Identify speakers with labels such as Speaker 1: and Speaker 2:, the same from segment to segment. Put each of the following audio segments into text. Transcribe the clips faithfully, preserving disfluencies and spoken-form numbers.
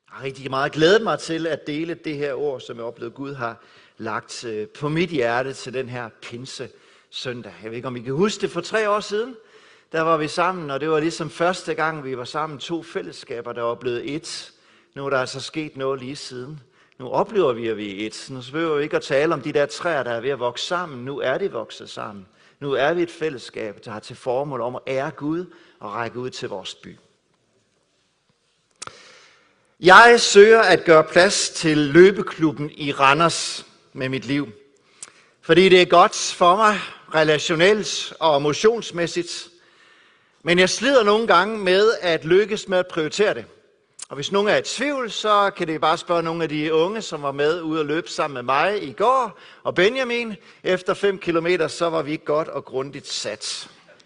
Speaker 1: Jeg har rigtig meget glædet mig til at dele det her ord, som jeg oplevede Gud har lagt på mit hjerte til den her pinse søndag. Jeg ved ikke, om I kan huske det, for tre år siden, der var vi sammen, og det var ligesom første gang, vi var sammen, to fællesskaber, der var blevet et. Nu er der altså sket noget lige siden. Nu oplever vi, at vi er et. Nu behøver vi ikke at tale om de der træer, der er ved at vokse sammen. Nu er de vokset sammen. Nu er vi et fællesskab, der har til formål om at ære Gud og række ud til vores by. Jeg søger at gøre plads til løbeklubben i Randers med mit liv. Fordi det er godt for mig, relationelt og motionsmæssigt. Men jeg slider nogle gange med at lykkes med at prioritere det. Og hvis nogen er i tvivl, så kan det bare spørge nogle af de unge, som var med ude at løbe sammen med mig i går. Og Benjamin, efter fem kilometer, så var vi godt og grundigt sat.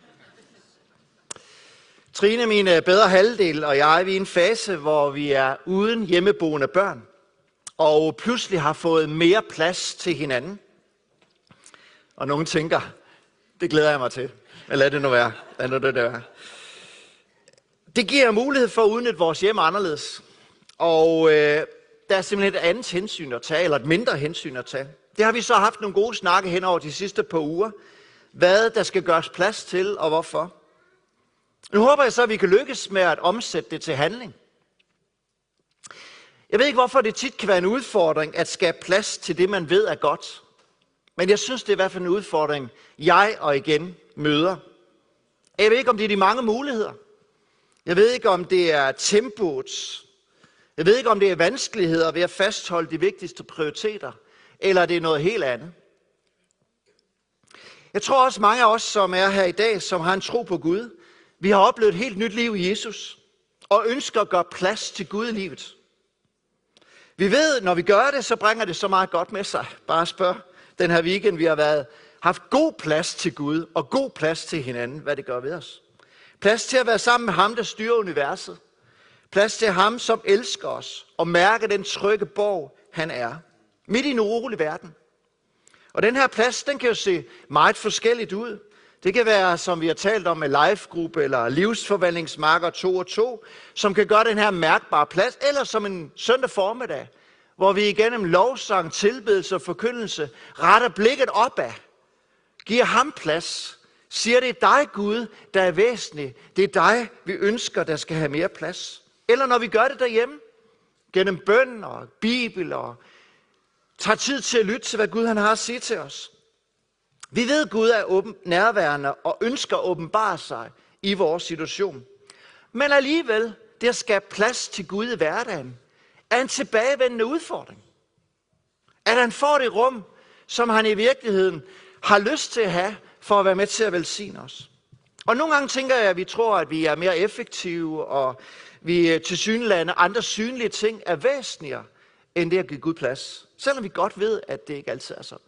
Speaker 1: Trine, min bedre halvdel, og jeg er i en fase, hvor vi er uden hjemmeboende børn. Og pludselig har fået mere plads til hinanden. Og nogen tænker, det glæder jeg mig til. Men lad det nu være. Lad nu det være. Det giver mulighed for at udnytte vores hjem anderledes. Og øh, der er simpelthen et andet hensyn at tage, eller et mindre hensyn at tage. Det har vi så haft nogle gode snakke hen over de sidste par uger. Hvad der skal gøres plads til, og hvorfor. Nu håber jeg så, at vi kan lykkes med at omsætte det til handling. Jeg ved ikke, hvorfor det tit kan være en udfordring at skabe plads til det, man ved er godt. Men jeg synes, det er i hvert fald en udfordring, jeg og igen møder. Jeg ved ikke, om det er de mange muligheder. Jeg ved ikke, om det er tempoet. Jeg ved ikke, om det er vanskeligheder ved at fastholde de vigtigste prioriteter. Eller det er noget helt andet. Jeg tror også, mange af os, som er her i dag, som har en tro på Gud, vi har oplevet et helt nyt liv i Jesus. Og ønsker at gøre plads til Gud i livet. Vi ved, når vi gør det, så bringer det så meget godt med sig. Bare spørg den her weekend, vi har været, haft god plads til Gud og god plads til hinanden, hvad det gør ved os. Plads til at være sammen med ham, der styrer universet. Plads til ham, som elsker os og mærker den trygge borg, han er. Midt i en urolig verden. Og den her plads, den kan jo se meget forskelligt ud. Det kan være, som vi har talt om, med live-gruppe eller livsforvandlingsmarker to og to, som kan gøre den her mærkbare plads, eller som en søndag formiddag, hvor vi igennem lovsang, tilbedelse og forkyndelse retter blikket opad, giver ham plads, siger det er dig, Gud, der er væsentlig. Det er dig, vi ønsker, der skal have mere plads. Eller når vi gør det derhjemme, gennem bøn og bibel, og tager tid til at lytte til, hvad Gud han har at sige til os. Vi ved, at Gud er åben, nærværende og ønsker at åbenbare sig i vores situation. Men alligevel, det at skabe plads til Gud i hverdagen, er en tilbagevendende udfordring. At han får det rum, som han i virkeligheden har lyst til at have, for at være med til at velsigne os. Og nogle gange tænker jeg, at vi tror, at vi er mere effektive, og vi tilsyneladende andre synlige ting er væsentligere, end det at give Gud plads. Selvom vi godt ved, at det ikke altid er sådan.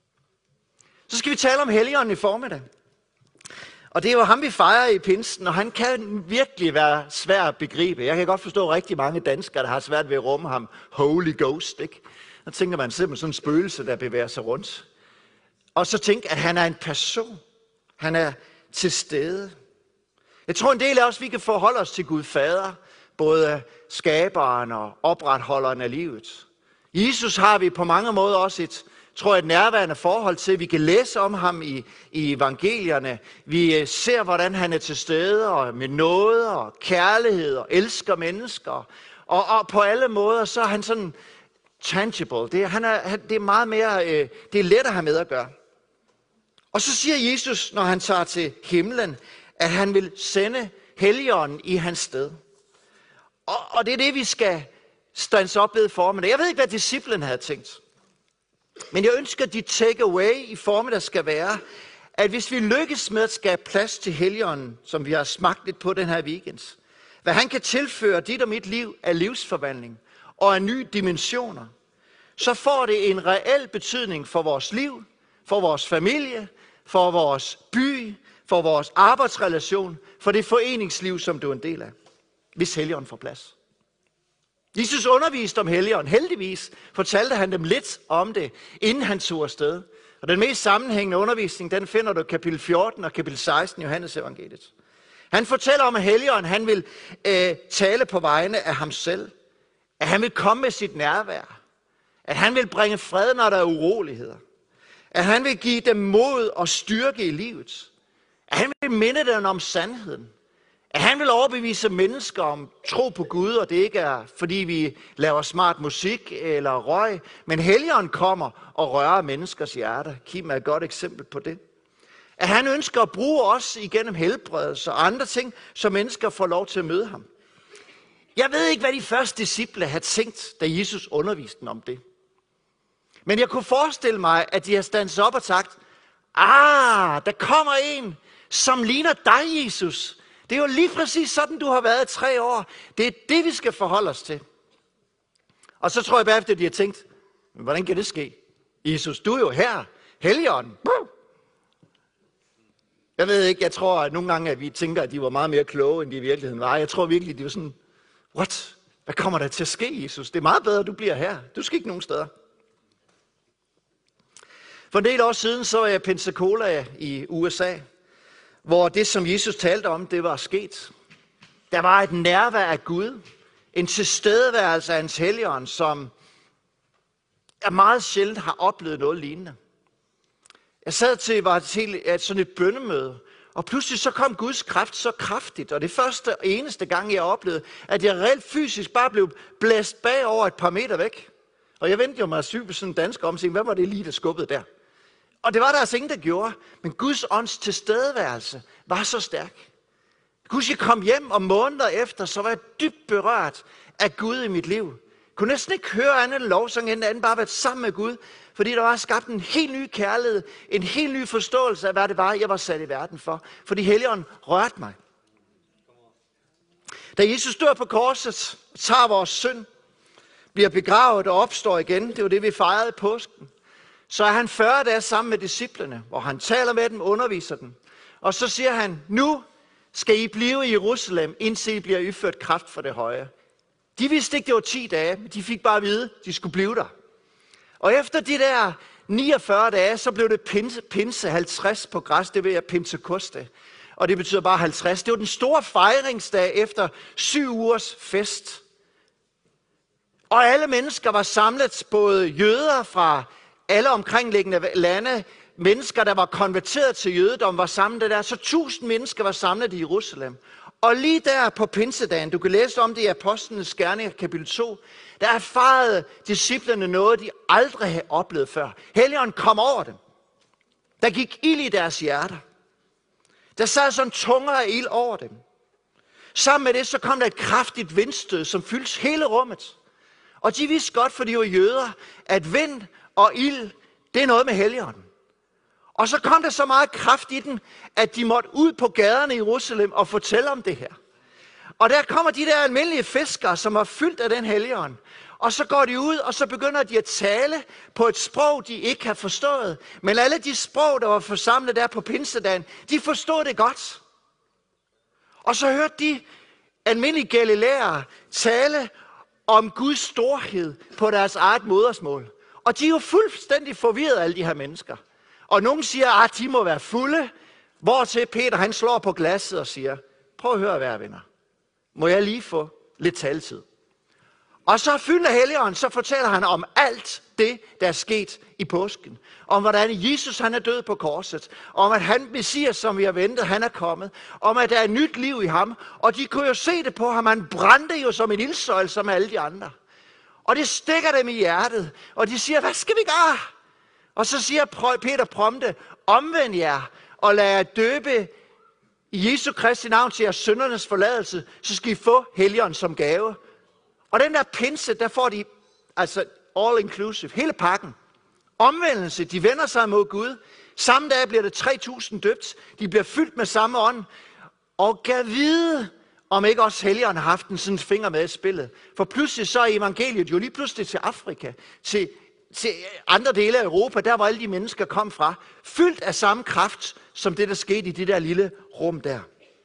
Speaker 1: Så skal vi tale om Helligånden i formiddag. Og det er jo ham, vi fejrer i pinsen, og han kan virkelig være svær at begribe. Jeg kan godt forstå rigtig mange danskere, der har svært ved at rumme ham. Holy Ghost, ikke? Så tænker man simpelthen sådan en spøgelse, der bevæger sig rundt. Og så tænk, at han er en person. Han er til stede. Jeg tror en del af os, vi kan forholde os til Gud Fader, både skaberen og opretholderen af livet. Jesus har vi på mange måder også et, tror jeg, et nærværende forhold til. Vi kan læse om ham i, i evangelierne. Vi ser, hvordan han er til stede og med nåde og kærlighed og elsker mennesker. Og, og på alle måder, så er han sådan tangible. Det, han er, han, det er meget mere, øh, det er let at have med at gøre. Og så siger Jesus, når han tager til himlen, at han vil sende Helligånden i hans sted. Og, og det er det, vi skal stands op ved formiddag. Jeg ved ikke, hvad disciplen havde tænkt. Men jeg ønsker, at dit takeaway i formiddag skal være, at hvis vi lykkes med at skabe plads til Helligånden, som vi har smagt lidt på den her weekend, hvad han kan tilføre dit og mit liv af livsforvandling og af nye dimensioner, så får det en reel betydning for vores liv, for vores familie, for vores by, for vores arbejdsrelation, for det foreningsliv, som du er en del af, hvis Helligånden får plads. Jesus underviste om Helligånden. Heldigvis fortalte han dem lidt om det, inden han tog afsted. Og den mest sammenhængende undervisning, den finder du i kapitel fjorten og kapitel seksten i Johannes evangeliet. Han fortæller om, at Helligånden han vil øh, tale på vegne af ham selv. At han vil komme med sit nærvær. At han vil bringe fred, når der er uroligheder. At han vil give dem mod og styrke i livet. At han vil minde dem om sandheden. At han vil overbevise mennesker om tro på Gud, og det ikke er, fordi vi laver smart musik eller røg, men Helligånden kommer og rører menneskers hjerter. Kim er et godt eksempel på det. At han ønsker at bruge os igennem helbredelse og andre ting, så mennesker får lov til at møde ham. Jeg ved ikke, hvad de første disciple havde tænkt, da Jesus underviste dem om det. Men jeg kunne forestille mig, at de har standset op og sagt, ah, der kommer en, som ligner dig, Jesus. Det er jo lige præcis sådan, du har været i tre år. Det er det, vi skal forholde os til. Og så tror jeg bagefter, at de har tænkt, hvordan kan det ske? Jesus, du er jo her. Helligånden. Jeg ved ikke, jeg tror at nogle gange, at vi tænker, at de var meget mere kloge, end de i virkeligheden var. Jeg tror virkelig, de var sådan, what? Hvad kommer der til at ske, Jesus? Det er meget bedre, at du bliver her. Du skal ikke nogen steder. For en del år siden, så var jeg i Pensacola i U S A, hvor det, som Jesus talte om, det var sket. Der var et nærvær af Gud, en tilstedeværelse af hans Helligånd, som jeg meget sjældent har oplevet noget lignende. Jeg sad til, var til et, sådan et bønnemøde, og pludselig så kom Guds kraft så kraftigt, og det første og eneste gang, jeg oplevede, at jeg reelt fysisk bare blev blæst bagover et par meter væk. Og jeg vendte jo mig syg på sådan en dansk om, hvad var det lige, der skubbede der? Og det var der altså ingen, der gjorde, men Guds ånds tilstedeværelse var så stærk. Gud, jeg kom hjem, og måneder efter, så var jeg dybt berørt af Gud i mit liv. Jeg kunne næsten ikke høre andet end lovsang, end andet bare været sammen med Gud, fordi der var skabt en helt ny kærlighed, en helt ny forståelse af, hvad det var, jeg var sat i verden for. Fordi Helligånden rørte mig. Da Jesus dør på korset, tager vores synd, bliver begravet og opstår igen, det var det, vi fejrede i påsken, så er han fyrre dage sammen med disciplene, hvor han taler med dem, underviser dem. Og så siger han, nu skal I blive i Jerusalem, indtil I bliver yført kraft for det høje. De vidste ikke, det var ti dage, men de fik bare at vide, at de skulle blive der. Og efter de der niogfyrre dage, så blev det pinse, pinse halvtreds på græs, det vil jeg Pentekoste. Og det betyder bare halvtreds. Det var den store fejringsdag efter syv ugers fest. Og alle mennesker var samlet, både jøder fra alle omkringliggende lande, mennesker, der var konverteret til jødedom, var samlet der. Så tusind mennesker var samlet i Jerusalem. Og lige der på pinsedagen, du kan læse om det i Apostlenes Gerninger, kapitel to, der erfarede disciplene noget, de aldrig havde oplevet før. Helligånden kom over dem. Der gik ild i deres hjerter. Der sad sådan tunger af ild over dem. Sammen med det, så kom der et kraftigt vindstød, som fyldte hele rummet. Og de vidste godt, for de var jøder, at vind og ild, det er noget med Helligånden. Og så kom der så meget kraft i den, at de måtte ud på gaderne i Jerusalem og fortælle om det her. Og der kommer de der almindelige fiskere, som er fyldt af den Helligånd. Og så går de ud, og så begynder de at tale på et sprog, de ikke har forstået. Men alle de sprog, der var forsamlet der på pinsedagen, de forstod det godt. Og så hørte de almindelige galilæere tale om Guds storhed på deres eget modersmål. Og de er jo fuldstændig forvirret, alle de her mennesker. Og nogen siger, at de må være fulde, hvortil Peter han slår på glasset og siger, prøv at høre, være venner. Må jeg lige få lidt taletid? Og så fyldt af Helligånden, så fortæller han om alt det, der er sket i påsken. Om hvordan Jesus han er død på korset. Om at han Messias, som vi har ventet, han er kommet. Om at der er nyt liv i ham. Og de kunne jo se det på ham. Han brændte jo som en ildsøjle, som alle de andre. Og det stikker dem i hjertet. Og de siger, hvad skal vi gøre? Og så siger Peter prompte, omvend jer og lad jer døbe i Jesu Kristi navn til jeres syndernes forladelse, så skal I få Helligånden som gave. Og den der pinse, der får de altså all inclusive, hele pakken. Omvendelse, de vender sig mod Gud. Samme dag bliver det tre tusind døbt. De bliver fyldt med samme ånd. Og kan vide, om ikke også Helligånden har haft en sådan finger med i spillet. For pludselig så er evangeliet jo lige pludselig til Afrika, til til andre dele af Europa, der hvor alle de mennesker kom fra, fyldt af samme kraft, som det, der skete i det der lille rum der.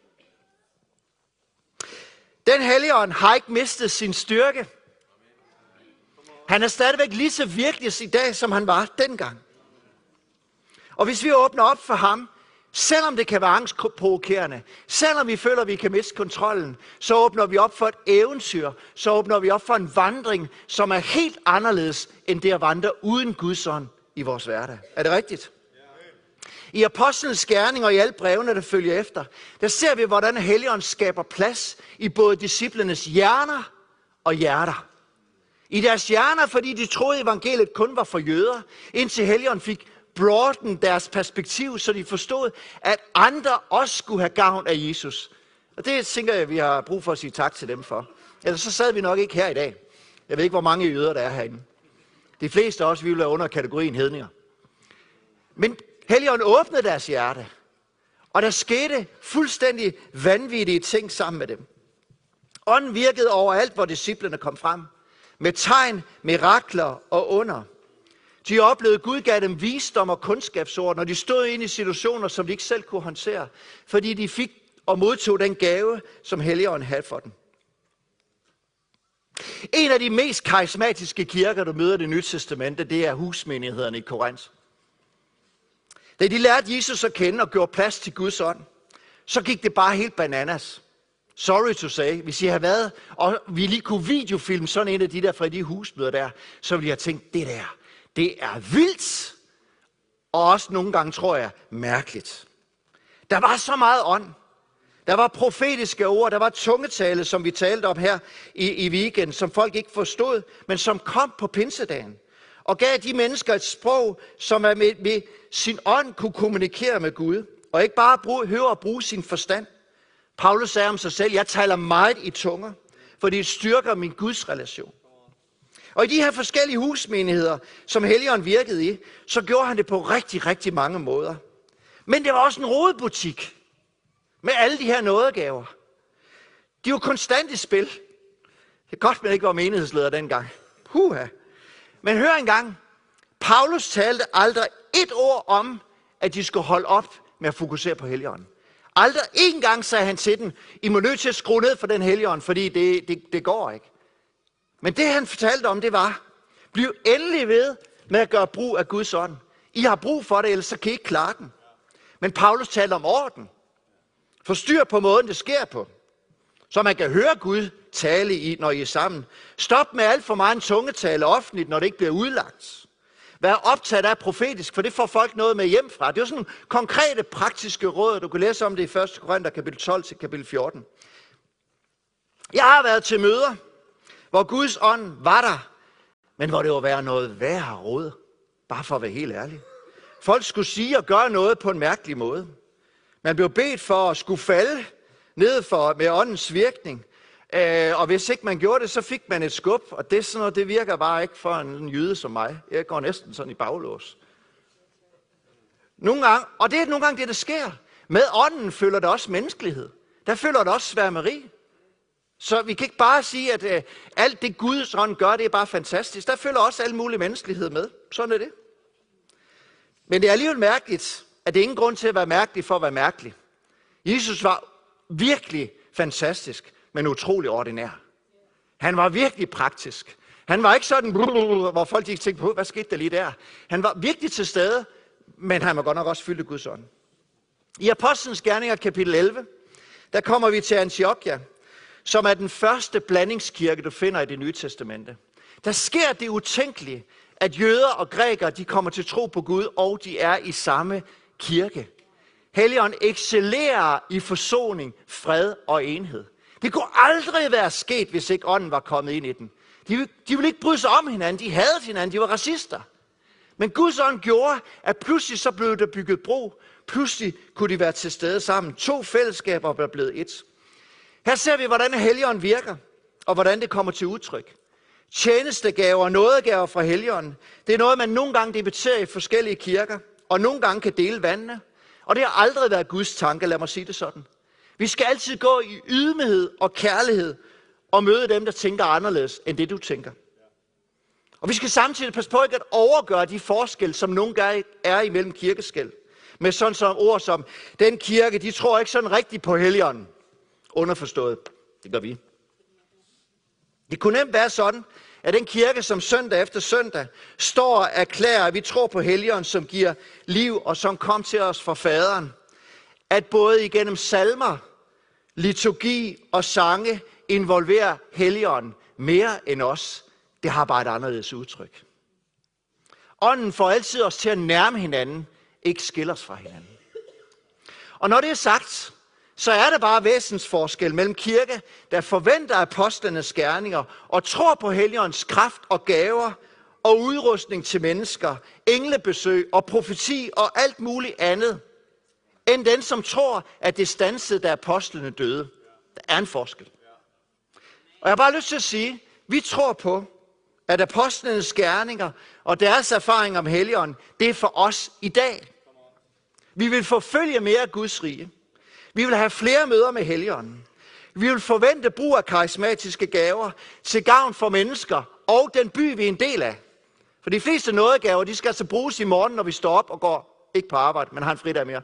Speaker 1: Den Helligånd har ikke mistet sin styrke. Han er stadigvæk lige så virkelig i dag, som han var dengang. Og hvis vi åbner op for ham, Selvom det kan være angstprovokerende, selvom vi føler, at vi kan miste kontrollen, så åbner vi op for et eventyr, så åbner vi op for en vandring, som er helt anderledes end det at vandre uden Guds ånd i vores hverdag. Er det rigtigt? I Apostlenes gerninger og i alle brevene, der følger efter, der ser vi, hvordan Helligånden skaber plads i både disciplernes hjerner og hjerter. I deres hjerner, fordi de troede, evangeliet kun var for jøder, indtil Helligånden fik broaden deres perspektiv, så de forstod, at andre også skulle have gavn af Jesus. Og det tænker jeg, vi har brug for at sige tak til dem for. Ellers så sad vi nok ikke her i dag. Jeg ved ikke, hvor mange jøder der er herinde. De fleste af os, vi vil være under kategorien hedninger. Men Helligånden åbnede deres hjerte, og der skete fuldstændig vanvittige ting sammen med dem. Ånden virkede overalt, hvor disciplene kom frem, med tegn, mirakler og under. De oplevede, at Gud gav dem visdom og kundskabsord, når de stod ind i situationer, som de ikke selv kunne håndtere, fordi de fik og modtog den gave, som Helligånden havde for dem. En af de mest karismatiske kirker, du møder i Det Nye Testamente, det er husmenighederne i Korinth. Da de lærte Jesus at kende og gjorde plads til Guds ånd, så gik det bare helt bananas. Sorry to say, hvis I har været, og vi lige kunne videofilme sådan en af de der fra de husmøder der, så ville jeg have tænkt, det der, det er vildt, og også nogle gange, tror jeg, mærkeligt. Der var så meget ånd. Der var profetiske ord, der var tungetale, som vi talte om her i, i weekend, som folk ikke forstod, men som kom på pinsedagen. Og gav de mennesker et sprog, som er med, med sin ånd kunne kommunikere med Gud. Og ikke bare bruge, høre og bruge sin forstand. Paulus sagde om sig selv, jeg taler meget i tunger, for det styrker min Guds relation. Og i de her forskellige husmenigheder, som Helligånden virkede i, så gjorde han det på rigtig, rigtig mange måder. Men det var også en rodebutik med alle de her nådegaver. De var konstant i spil. Det er godt, man ikke var menighedsleder dengang. Puha. Men hør engang, Paulus talte aldrig et ord om, at de skulle holde op med at fokusere på Helligånden. Aldrig en gang sagde han til dem, I må nødt til at skrue ned for den Helligånd, fordi det, det, det går ikke. Men det han fortalte om, det var, bliv endelig ved med at gøre brug af Guds ånd. I har brug for det, ellers så kan I ikke klare den. Men Paulus talte om orden. Forstyr på måden, det sker på. Så man kan høre Gud tale, i, når I er sammen. Stop med alt for meget tungetale offentligt, når det ikke bliver udlagt. Vær optaget af profetisk, for det får folk noget med hjem fra. Det er jo sådan konkrete, praktiske råd. Du kan læse om det i første Korinther kapitel tolv til kapitel fjorten. Jeg har været til møder, hvor Guds ånd var der, men hvor det var være noget værre råd. Bare for at være helt ærlig. Folk skulle sige og gøre noget på en mærkelig måde. Man blev bedt for at skulle falde ned for med åndens virkning. Og hvis ikke man gjorde det, så fik man et skub. Og det er sådan noget, det virker bare ikke for en jyde som mig. Jeg går næsten sådan i baglås. Nogle gange, og det er nogle gange det, der sker. Med ånden følger der også menneskelighed. Der følger der også sværmeri. Så vi kan ikke bare sige, at øh, alt det Guds ånd gør, det er bare fantastisk. Der følger også al mulig menneskelighed med. Sådan er det. Men det er alligevel mærkeligt, at det er ingen grund til at være mærkelig for at være mærkelig. Jesus var virkelig fantastisk, men utrolig ordinær. Han var virkelig praktisk. Han var ikke sådan, hvor folk ikke tænkte på, hvad skete der lige der? Han var virkelig til stede, men han var godt nok også fyldt af Guds ånd. I Apostlenes gerninger kapitel elleve, der kommer vi til Antiochia, som er den første blandingskirke, du finder i Det Nye Testamente. Der sker det utænkelige, at jøder og grækere, de kommer til tro på Gud, og de er i samme kirke. Helligånden excellerer i forsoning, fred og enhed. Det kunne aldrig være sket, hvis ikke ånden var kommet ind i den. De, de ville ikke bryde sig om hinanden, de havde hinanden, de var racister. Men Guds ånd gjorde, at pludselig så blev der bygget bro. Pludselig kunne de være til stede sammen. To fællesskaber var blevet et. Her ser vi, hvordan Helligånden virker, og hvordan det kommer til udtryk. Tjenestegaver og nådegaver fra Helligånden, det er noget, man nogle gange debatterer i forskellige kirker, og nogle gange kan dele vandene. Og det har aldrig været Guds tanke, lad mig sige det sådan. Vi skal altid gå i ydmyghed og kærlighed, og møde dem, der tænker anderledes, end det du tænker. Og vi skal samtidig passe på ikke at overgøre de forskelle, som nogle gange er imellem kirkeskel. Med sådan som ord som, den kirke, de tror ikke sådan rigtigt på Helligånden. Underforstået, det gør vi. Det kunne nemt være sådan, at den kirke, som søndag efter søndag står og erklærer, at vi tror på Helligånden, som giver liv og som kom til os fra faderen, at både igennem salmer, liturgi og sange involverer Helligånden mere end os. Det har bare et anderledes udtryk. Ånden får altid os til at nærme hinanden, ikke skille os fra hinanden. Og når det er sagt, så er der bare væsensforskel mellem kirke, der forventer apostlenes gerninger og tror på Helligåndens kraft og gaver og udrustning til mennesker, englebesøg og profeti og alt muligt andet, end den, som tror, at det standsede, da apostlene døde. Der er en forskel. Og jeg har bare lyst til at sige, vi tror på, at apostlenes gerninger og deres erfaring om Helligånden, det er for os i dag. Vi vil forfølge mere af Guds rige. Vi vil have flere møder med Helligånden. Vi vil forvente brug af karismatiske gaver til gavn for mennesker og den by, vi er en del af. For de fleste nådegaver, de skal altså bruges i morgen, når vi står op og går ikke på arbejde, men har en fridag mere.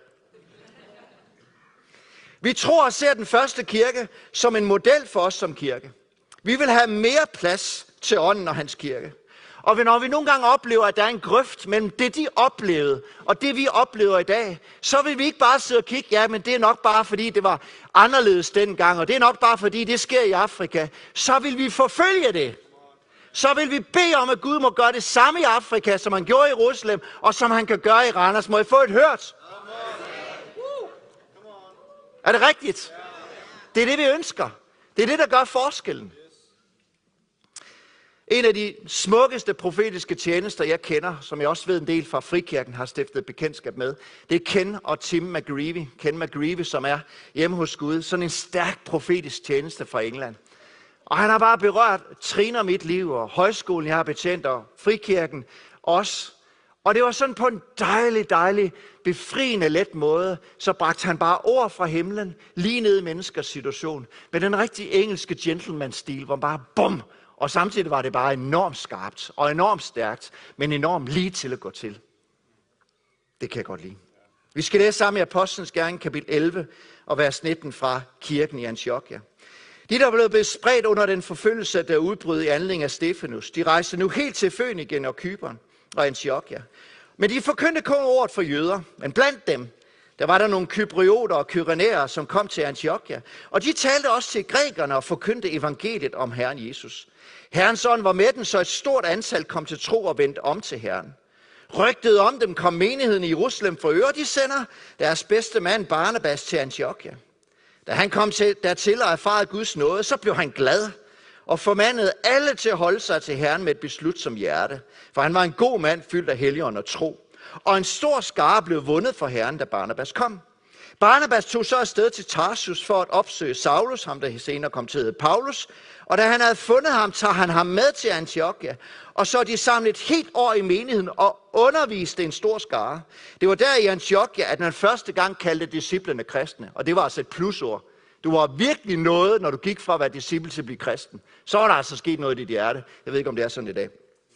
Speaker 1: Vi tror og ser den første kirke som en model for os som kirke. Vi vil have mere plads til ånden og hans kirke. Og når vi nogle gange oplever, at der er en grøft mellem det, de oplevede, og det, vi oplever i dag, så vil vi ikke bare sidde og kigge, ja, men det er nok bare, fordi det var anderledes dengang, og det er nok bare, fordi det sker i Afrika. Så vil vi forfølge det. Så vil vi bede om, at Gud må gøre det samme i Afrika, som han gjorde i Jerusalem, og som han kan gøre i Randers. Må I få et hørt? Uh. Er det rigtigt? Det er det, vi ønsker. Det er det, der gør forskellen. En af de smukkeste profetiske tjenester, jeg kender, som jeg også ved en del fra Frikirken har stiftet bekendtskab med, det er Ken og Tim McGreevy. Ken McGreevy, som er hjemme hos Gud. Sådan en stærk profetisk tjeneste fra England. Og han har bare berørt trin om mit liv, og højskolen, jeg har betjent, og Frikirken også. Og det var sådan på en dejlig, dejlig, befriende let måde, så bragte han bare ord fra himlen, lige ned i menneskers situation, med den rigtig engelske gentleman-stil, hvor bare bum. Og samtidig var det bare enormt skarpt og enormt stærkt, men enormt lige til at gå til. Det kan jeg godt lide. Vi skal læse sammen i Apostlenes Gerning, kapitel elleve og vers nitten fra kirken i Antiochia. De, der blev spredt under den forfølgelse, der udbrød i anledning af Stefanus, de rejste nu helt til Fønikien og Cypern og Antiochia. Men de forkyndte kun ordet for jøder, men blandt dem, der var der nogle kyprioter og kyrenæer, som kom til Antiochia. Og de talte også til grækerne og forkyndte evangeliet om Herren Jesus. Herrens ånd var med dem, så et stort antal kom til tro og vendte om til Herren. Rygtet om dem kom menigheden i Jerusalem for øre, de sender deres bedste mand Barnabas til Antiochia. Da han kom til, dertil og erfarede Guds nåde, så blev han glad og formandede alle til at holde sig til Herren med et beslutsomt hjerte. For han var en god mand, fyldt af Helligånd og tro. Og en stor skare blev vundet for Herren, da Barnabas kom. Barnabas tog så afsted til Tarsus for at opsøge Saulus, ham der senere kom til Paulus. Og da han havde fundet ham, tager han ham med til Antiochia. Og så de samlet et helt år i menigheden og underviste en stor skare. Det var der i Antiochia, at man første gang kaldte disciplene kristne. Og det var altså et plusord. Du var virkelig noget, når du gik fra at være disciple til at blive kristen. Så var der altså sket noget i dit hjerte. Jeg ved ikke, om det er sådan i dag.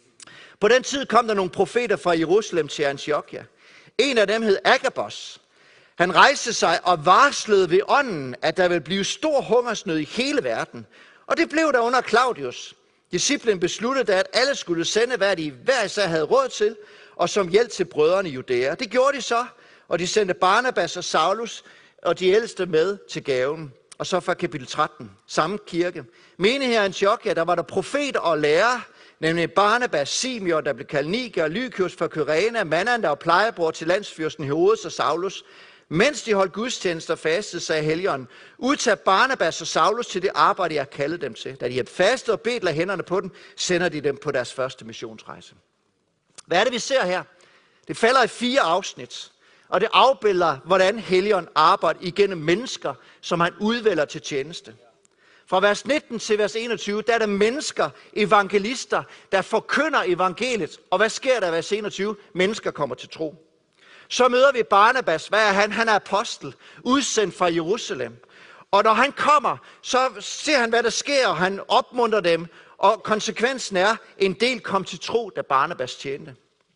Speaker 1: På den tid kom der nogle profeter fra Jerusalem til Antiochia. En af dem hed Agabus. Han rejste sig og varslede ved ånden, at der ville blive stor hungersnød i hele verden. Og det blev der under Claudius. Disciplen besluttede, at alle skulle sende, hvad de hver især havde råd til, og som hjælp til brødrene i Judæa. Det gjorde de så, og de sendte Barnabas og Saulus og de ældste med til gaven. Og så fra kapitel tretten, samme kirke. Menigheden i Antiochia, der var der profeter og lærere, nemlig Barnabas, Simeon, der blev kaldt Niger, Lykius fra Kyrene, Manan, der var plejebror til landsfyrsten Herodes og Saulus. Mens de holdt gudstjenester og fastede, sagde Helligånden, udtag Barnabas og Saulus til det arbejde, jeg kaldte dem til. Da de havde fastet og bedt, lagde hænderne på dem, sender de dem på deres første missionsrejse. Hvad er det, vi ser her? Det falder i fire afsnit, og det afbilder, hvordan Helligånden arbejder igennem mennesker, som han udvælger til tjeneste. Fra vers nitten til vers enogtyve, der er der mennesker, evangelister, der forkynder evangeliet. Og hvad sker der i vers enogtyve? Mennesker kommer til tro. Så møder vi Barnabas. Hvad er han? Han er apostel, udsendt fra Jerusalem. Og når han kommer, så ser han, hvad der sker, og han opmuntrer dem. Og konsekvensen er, en del kom til tro, da Barnabas tjente.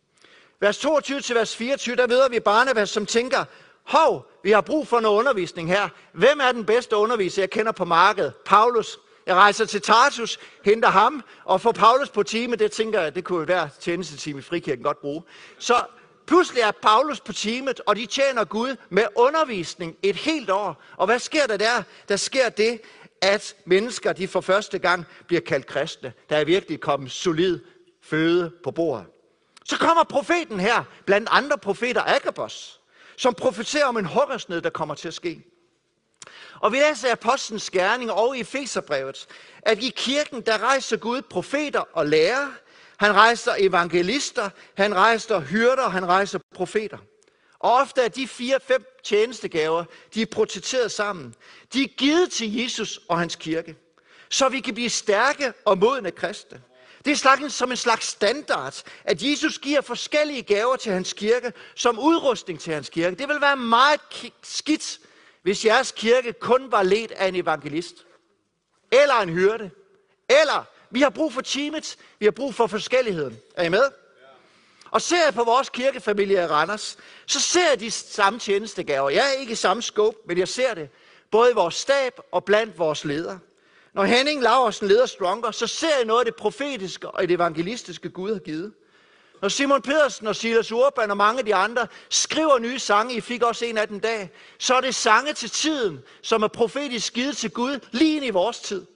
Speaker 1: Vers toogtyve til vers fireogtyve, der møder vi Barnabas, som tænker, hov, vi har brug for noget undervisning her. Hvem er den bedste underviser, jeg kender på markedet? Paulus. Jeg rejser til Tarsus, henter ham, og får Paulus på time. Det tænker jeg, det kunne være tjenestetime i Frikirken godt bruge. Så Pludselig er Paulus på teamet, og de tjener Gud med undervisning et helt år. Og hvad sker der der? Der sker det, at mennesker de for første gang bliver kaldt kristne. Der er virkelig kommet solid føde på bordet. Så kommer profeten her, blandt andre profeter, Agabus, som profeterer om en hungersnød, der kommer til at ske. Og vi læser i Apostlenes Gerninger og i Efeserbrevet, at i kirken, der rejser Gud profeter og lærere. Han rejser evangelister, han rejser hyrder, han rejser profeter. Og ofte er de fire-fem tjenestegaver, de er protesteret sammen. De er givet til Jesus og hans kirke, så vi kan blive stærke og modne kristne. Det er slags, som en slags standard, at Jesus giver forskellige gaver til hans kirke, som udrustning til hans kirke. Det vil være meget skidt, hvis jeres kirke kun var ledt af en evangelist, eller en hyrde, eller vi har brug for teamet, vi har brug for forskelligheden. Er I med? Ja. Og ser jeg på vores kirkefamilie i Randers, så ser jeg de samme tjenestegaver. Jeg er ikke i samme scope, men jeg ser det både i vores stab og blandt vores ledere. Når Henning Laursen leder Stronger, så ser jeg noget af det profetiske og det evangelistiske Gud har givet. Når Simon Pedersen og Silas Urban og mange af de andre skriver nye sange, I fik også en af dem dag, så er det sange til tiden, som er profetisk givet til Gud lige ind i vores tid.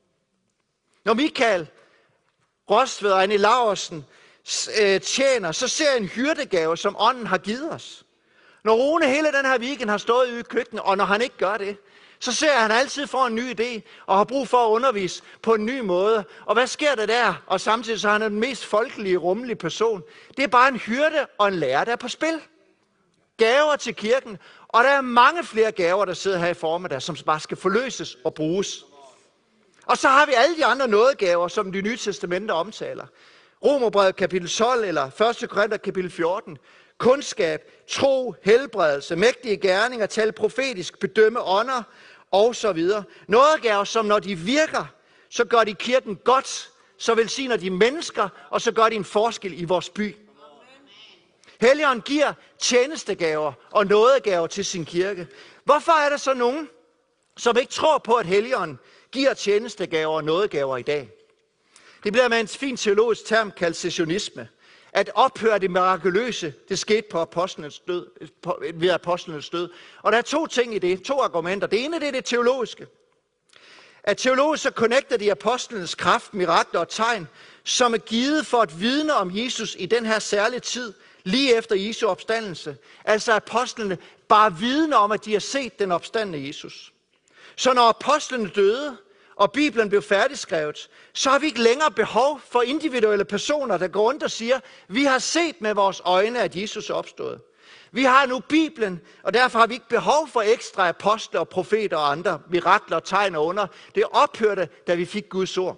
Speaker 1: Når Michael Rostved og Anne Laursen øh, tjener, så ser jeg en hyrdegave, som ånden har givet os. Når Rune hele den her weekend har stået ude i køkkenet, og når han ikke gør det, så ser jeg, at han altid får en ny idé, og har brug for at undervise på en ny måde. Og hvad sker der der? Og samtidig så er han den mest folkelige, rummelige person. Det er bare en hyrde og en lærer, der er på spil. Gaver til kirken, og der er mange flere gaver, der sidder her i formiddag, som bare skal forløses og bruges. Og så har vi alle de andre nådegaver, som de nye testamenter omtaler. Romerbrevet kapitel tolv eller første Korinther kapitel fjorten. Kundskab, tro, helbredelse, mægtige gerninger, tale profetisk, bedømme ånder og så videre. Nådegaver, som når de virker, så gør de kirken godt, så velsigner de mennesker, og så gør de en forskel i vores by. Helligånden giver tjenestegaver og nådegaver til sin kirke. Hvorfor er der så nogen, som ikke tror på, at Helligånden giver tjenestegaver og nådegaver i dag? Det bliver med en fin teologisk term kaldt sessionisme. At ophøre det mirakuløse, det skete på apostlenes død, på, ved apostlenes død. Og der er to ting i det, to argumenter. Det ene det er det teologiske. At teologisk så connecter de apostlenes kraft, mirakler og tegn, som er givet for at vidne om Jesus i den her særlige tid, lige efter Jesu opstandelse. Altså apostlene bare vidne om, at de har set den opstandne Jesus. Så når apostlene døde, og Bibelen blev færdigskrevet, så har vi ikke længere behov for individuelle personer, der går rundt og siger, vi har set med vores øjne, at Jesus er opstået. Vi har nu Bibelen, og derfor har vi ikke behov for ekstra apostle og profeter og andre mirakler, tegn og under. Det ophørte, da vi fik Guds ord.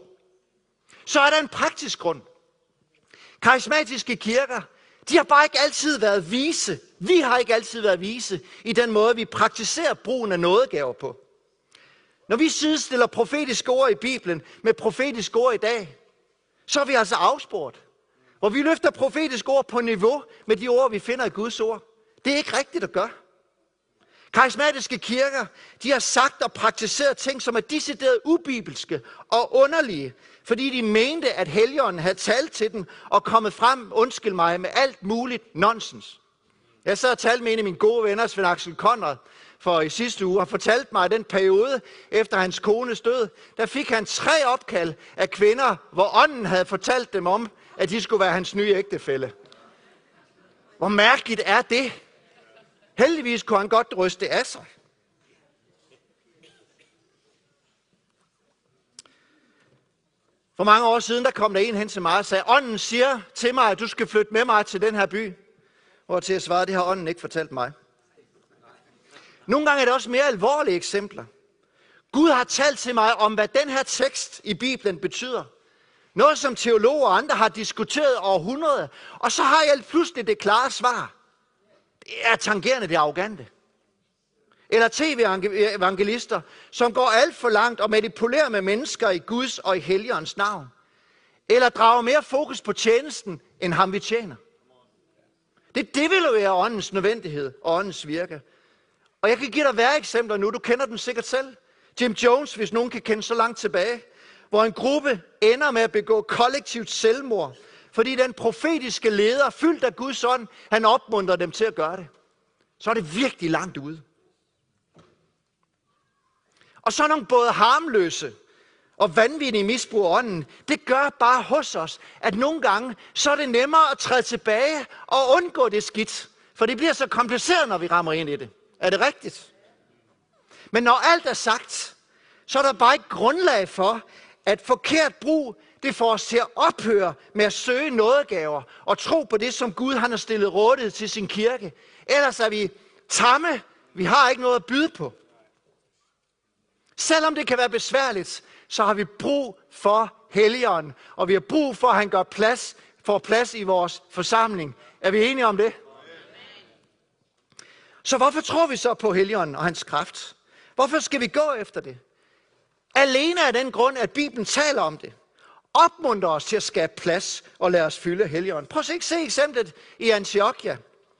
Speaker 1: Så er der en praktisk grund. Karismatiske kirker, de har bare ikke altid været vise. Vi har ikke altid været vise i den måde, vi praktiserer brugen af nådegaver på. Når vi sidestiller profetiske ord i Bibelen med profetiske ord i dag, så er vi altså afspurgt. Hvor vi løfter profetiske ord på niveau med de ord, vi finder i Guds ord. Det er ikke rigtigt at gøre. Karismatiske kirker, de har sagt og praktiseret ting, som er decideret ubibelske og underlige, fordi de mente, at Helligånden havde talt til dem og kommet frem, undskyld mig, med alt muligt nonsens. Jeg sad og talte med en af mine gode venner, Svend Axel Conrad, for i sidste uge, og fortalte mig, at den periode efter hans kones død, der fik han tre opkald af kvinder, hvor ånden havde fortalt dem om, at de skulle være hans nye ægtefælle. Hvor mærkeligt er det? Heldigvis kunne han godt ryste af sig. For mange år siden, der kom der en hen til mig og sagde, ånden siger til mig, at du skal flytte med mig til den her by. Og til at svare, det har ånden ikke fortalt mig. Nogle gange er det også mere alvorlige eksempler. Gud har talt til mig om, hvad den her tekst i Bibelen betyder. Noget, som teologer og andre har diskuteret over århundreder. Og så har jeg pludselig det klare svar. Det er tangerende det arrogante. Eller tv-evangelister, som går alt for langt og manipulerer med mennesker i Guds og i Helligåndens navn. Eller drager mere fokus på tjenesten, end ham vi tjener. Det devaluerer åndens nødvendighed og åndens virke. Og jeg kan give dig værre eksempler nu, du kender dem sikkert selv. Jim Jones, hvis nogen kan kende så langt tilbage, hvor en gruppe ender med at begå kollektivt selvmord, fordi den profetiske leder, fyldt af Guds ånd, han opmuntrer dem til at gøre det. Så er det virkelig langt ude. Og så nogle både harmløse og vanvittige misbrug af ånden, det gør bare hos os, at nogle gange, så er det nemmere at træde tilbage og undgå det skidt. For det bliver så kompliceret, når vi rammer ind i det. Er det rigtigt? Men når alt er sagt, så er der bare ikke grundlag for, at forkert brug, det får os til at ophøre med at søge nådegaver og tro på det, som Gud han har stillet rådighed til sin kirke. Ellers er vi tamme. Vi har ikke noget at byde på. Selvom det kan være besværligt, så har vi brug for Helligånden, og vi har brug for, at han gør plads, får plads i vores forsamling. Er vi enige om det? Så hvorfor tror vi så på Helligånden og hans kraft? Hvorfor skal vi gå efter det? Alene af den grund, at Bibelen taler om det. Opmuntrer os til at skabe plads og lade os fylde Helligånden. Prøv at se eksemplet i Antiochia.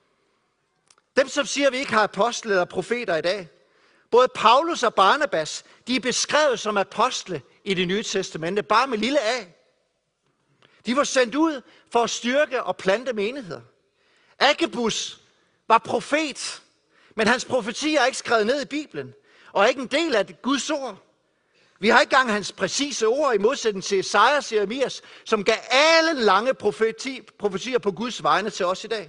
Speaker 1: Dem, som siger, at vi ikke har apostle eller profeter i dag. Både Paulus og Barnabas, de er beskrevet som apostle i Det Nye Testamente, bare med lille a. De var sendt ud for at styrke og plante menigheder. Agabus var profet, men hans profetier er ikke skrevet ned i Bibelen, og er ikke en del af Guds ord. Vi har ikke engang hans præcise ord i modsætning til Esajas og Jeremias, som gav alle lange profeti, profetier på Guds vegne til os i dag.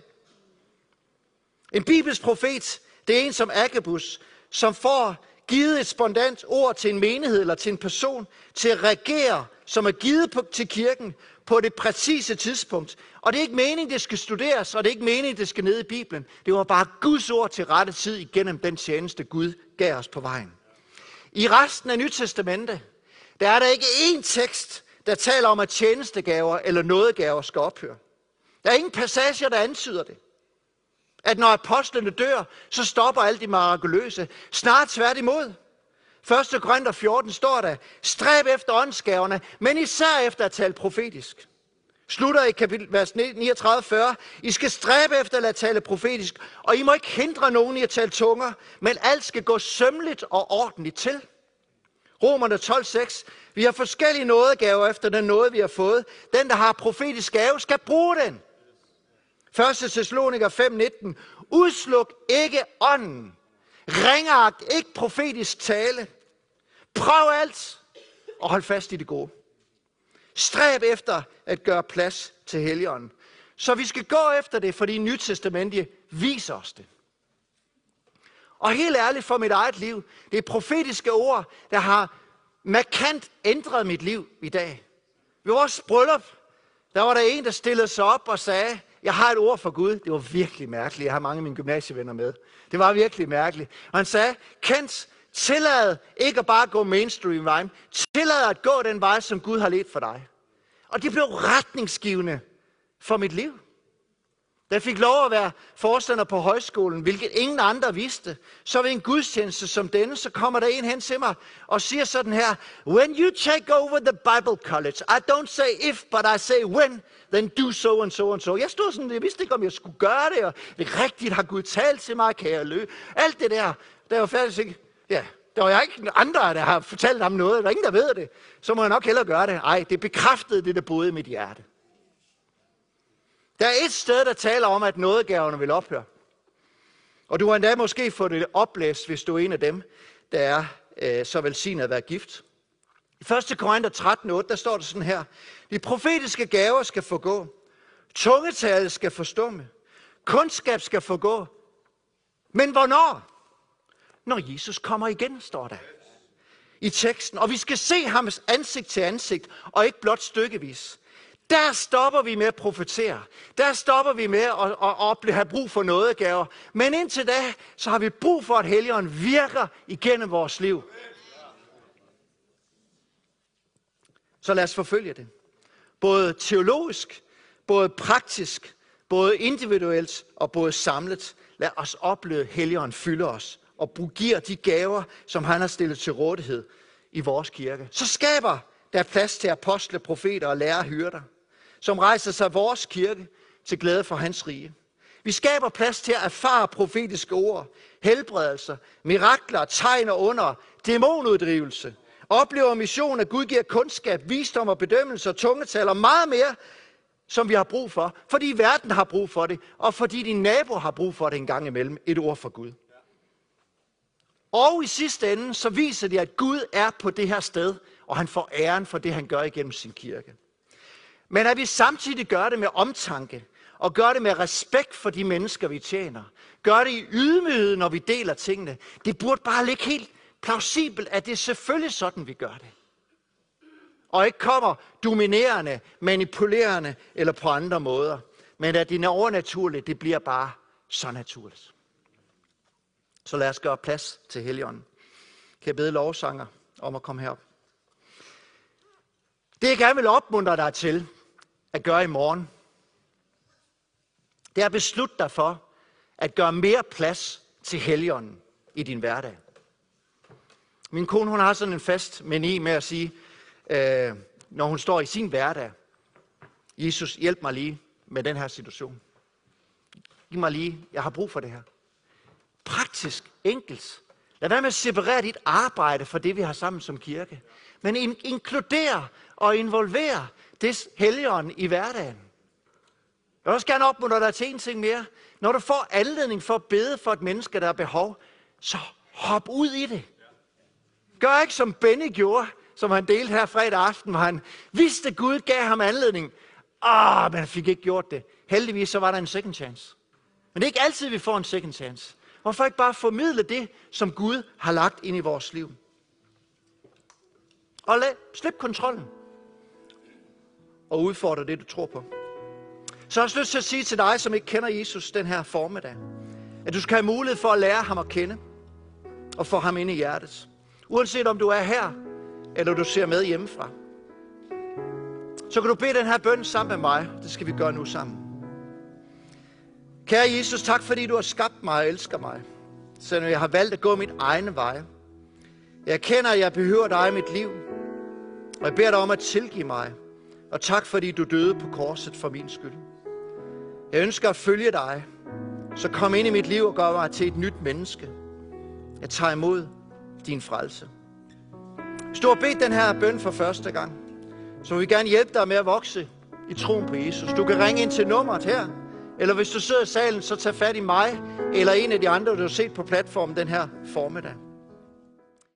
Speaker 1: En bibelsk profet, det er en som Agabus, som får givet et spontant ord til en menighed eller til en person, til at reagere, som er givet på, til kirken på det præcise tidspunkt. Og det er ikke meningen, det skal studeres, og det er ikke meningen, det skal ned i Bibelen. Det var bare Guds ord til rette tid igennem den tjeneste, Gud gav os på vejen. I resten af Nyt Testamente, der er der ikke én tekst, der taler om, at tjenestegaver eller nådegaver skal ophøre. Der er ingen passager, der antyder det. At når apostlene dør, så stopper alt det mirakuløse. Snart tværtimod. første Korinther fjorten står der, stræb efter åndsgaverne, men især efter at tale profetisk. Slutter i kapitel, vers niogtredive fyrre, I skal stræbe efter at lade tale profetisk, og I må ikke hindre nogen i at tale tunger, men alt skal gå sømmeligt og ordentligt til. Romerne tolv seks, vi har forskellige nådegaver efter den nåde, vi har fået. Den, der har profetisk gave, skal bruge den. første Thessaloniker fem nitten, udsluk ikke ånden. Ringeagt ikke profetisk tale. Prøv alt og hold fast i det gode. Stræb efter at gøre plads til Helligånden. Så vi skal gå efter det, fordi Nyt Testamente viser os det. Og helt ærligt for mit eget liv, det er profetiske ord, der har markant ændret mit liv i dag. Ved vores bryllup, der var der en, der stillede sig op og sagde, jeg har et ord for Gud. Det var virkelig mærkeligt. Jeg har mange af mine gymnasievenner med. Det var virkelig mærkeligt. Og han sagde, Kent, tillad ikke at bare gå mainstream vejen. Tillad at gå den vej, som Gud har ledt for dig. Og det blev retningsgivende for mit liv. Da jeg fik lov at være forstander på højskolen, hvilket ingen andre vidste, så ved en gudstjeneste som denne, så kommer der en hen til mig og siger sådan her, when you take over the Bible college, I don't say if, but I say when, then do so and so and so. Jeg stod sådan, jeg vidste ikke, om jeg skulle gøre det, og det rigtigt har Gud talt til mig, kan jeg løbe. Alt det der, der var faktisk ikke, ja, der var jeg ikke andre, der har fortalt ham noget, der er ingen, der ved det. Så må jeg nok hellere gøre det. Ej, det bekræftede det, der boede i mit hjerte. Der er et sted, der taler om, at nådegaverne vil ophøre. Og du har endda måske fået det oplæst, hvis du er en af dem, der er øh, så velsignet at være gift. I første Korinther tretten otte, der står det sådan her. De profetiske gaver skal forgå. Tungetallet skal forstumme. Kundskab skal forgå. Men hvornår? Når Jesus kommer igen, står der i teksten. Og vi skal se ham ansigt til ansigt, og ikke blot stykkevis. Der stopper vi med at profetere. Der stopper vi med at, at, at have brug for nådegaver. Men indtil da, så har vi brug for, at Helligånden virker igennem vores liv. Så lad os forfølge det. Både teologisk, både praktisk, både individuelt og både samlet. Lad os opleve, at Helligånden fylder os og giver de gaver, som han har stillet til rådighed i vores kirke. Så skaber der plads til apostle, profeter og lærere hyrder, som rejser sig vores kirke til glæde for hans rige. Vi skaber plads til at erfare profetiske ord, helbredelser, mirakler, tegn og under, dæmonuddrivelse, oplever mission, at Gud giver kundskab, visdom og bedømmelse og tungetal og meget mere, som vi har brug for, fordi verden har brug for det, og fordi din nabo har brug for det en gang imellem, et ord fra Gud. Og i sidste ende, så viser det, at Gud er på det her sted, og han får æren for det, han gør igennem sin kirke. Men at vi samtidig gør det med omtanke, og gør det med respekt for de mennesker, vi tjener. Gør det i ydmyghed, når vi deler tingene. Det burde bare ligge helt plausibelt, at det er selvfølgelig sådan, vi gør det. Og ikke kommer dominerende, manipulerende eller på andre måder. Men at det er overnaturligt, det bliver bare så naturligt. Så lad os gøre plads til Helligånden. Kan jeg bede lovsanger om at komme herop? Det jeg gerne vil opmuntre dig til at gøre i morgen, det er at beslutte dig for at gøre mere plads til Helligånden i din hverdag. Min kone, hun har sådan en fast mani med at sige, øh, når hun står i sin hverdag, Jesus, hjælp mig lige med den her situation. Giv mig lige, jeg har brug for det her. Praktisk, enkelt. Lad være med at separere dit arbejde for det, vi har sammen som kirke. Men in- inkludere og involvere det Helligånden i hverdagen. Jeg vil også gerne opmuntre dig til en ting mere. Når du får anledning for at bede for et menneske, der har behov, så hop ud i det. Gør ikke som Benny gjorde, som han delte her fredag aften, hvor han vidste, at Gud gav ham anledning. Ah, men han fik ikke gjort det. Heldigvis så var der en second chance. Men det er ikke altid, vi får en second chance. Hvorfor ikke bare formidle det, som Gud har lagt ind i vores liv? Og lad, slip kontrollen. Og udfordre det, du tror på. Så jeg har også lyst til at sige til dig, som ikke kender Jesus den her formiddag, at du skal have mulighed for at lære ham at kende, og få ham ind i hjertet. Uanset om du er her, eller du ser med hjemmefra. Så kan du bede den her bøn sammen med mig. Det skal vi gøre nu sammen. Kære Jesus, tak fordi du har skabt mig og elsker mig. Selvom jeg har valgt at gå mit egne veje. Jeg erkender, at jeg behøver dig i mit liv. Og jeg beder dig om at tilgive mig. Og tak fordi du døde på korset for min skyld. Jeg ønsker at følge dig. Så kom ind i mit liv og gør mig til et nyt menneske. Jeg tager imod din frelse. Hvis du har bedt den her bøn for første gang, så vil vi gerne hjælpe dig med at vokse i troen på Jesus. Du kan ringe ind til nummeret her. Eller hvis du sidder i salen, så tag fat i mig eller en af de andre, du har set på platformen den her formiddag.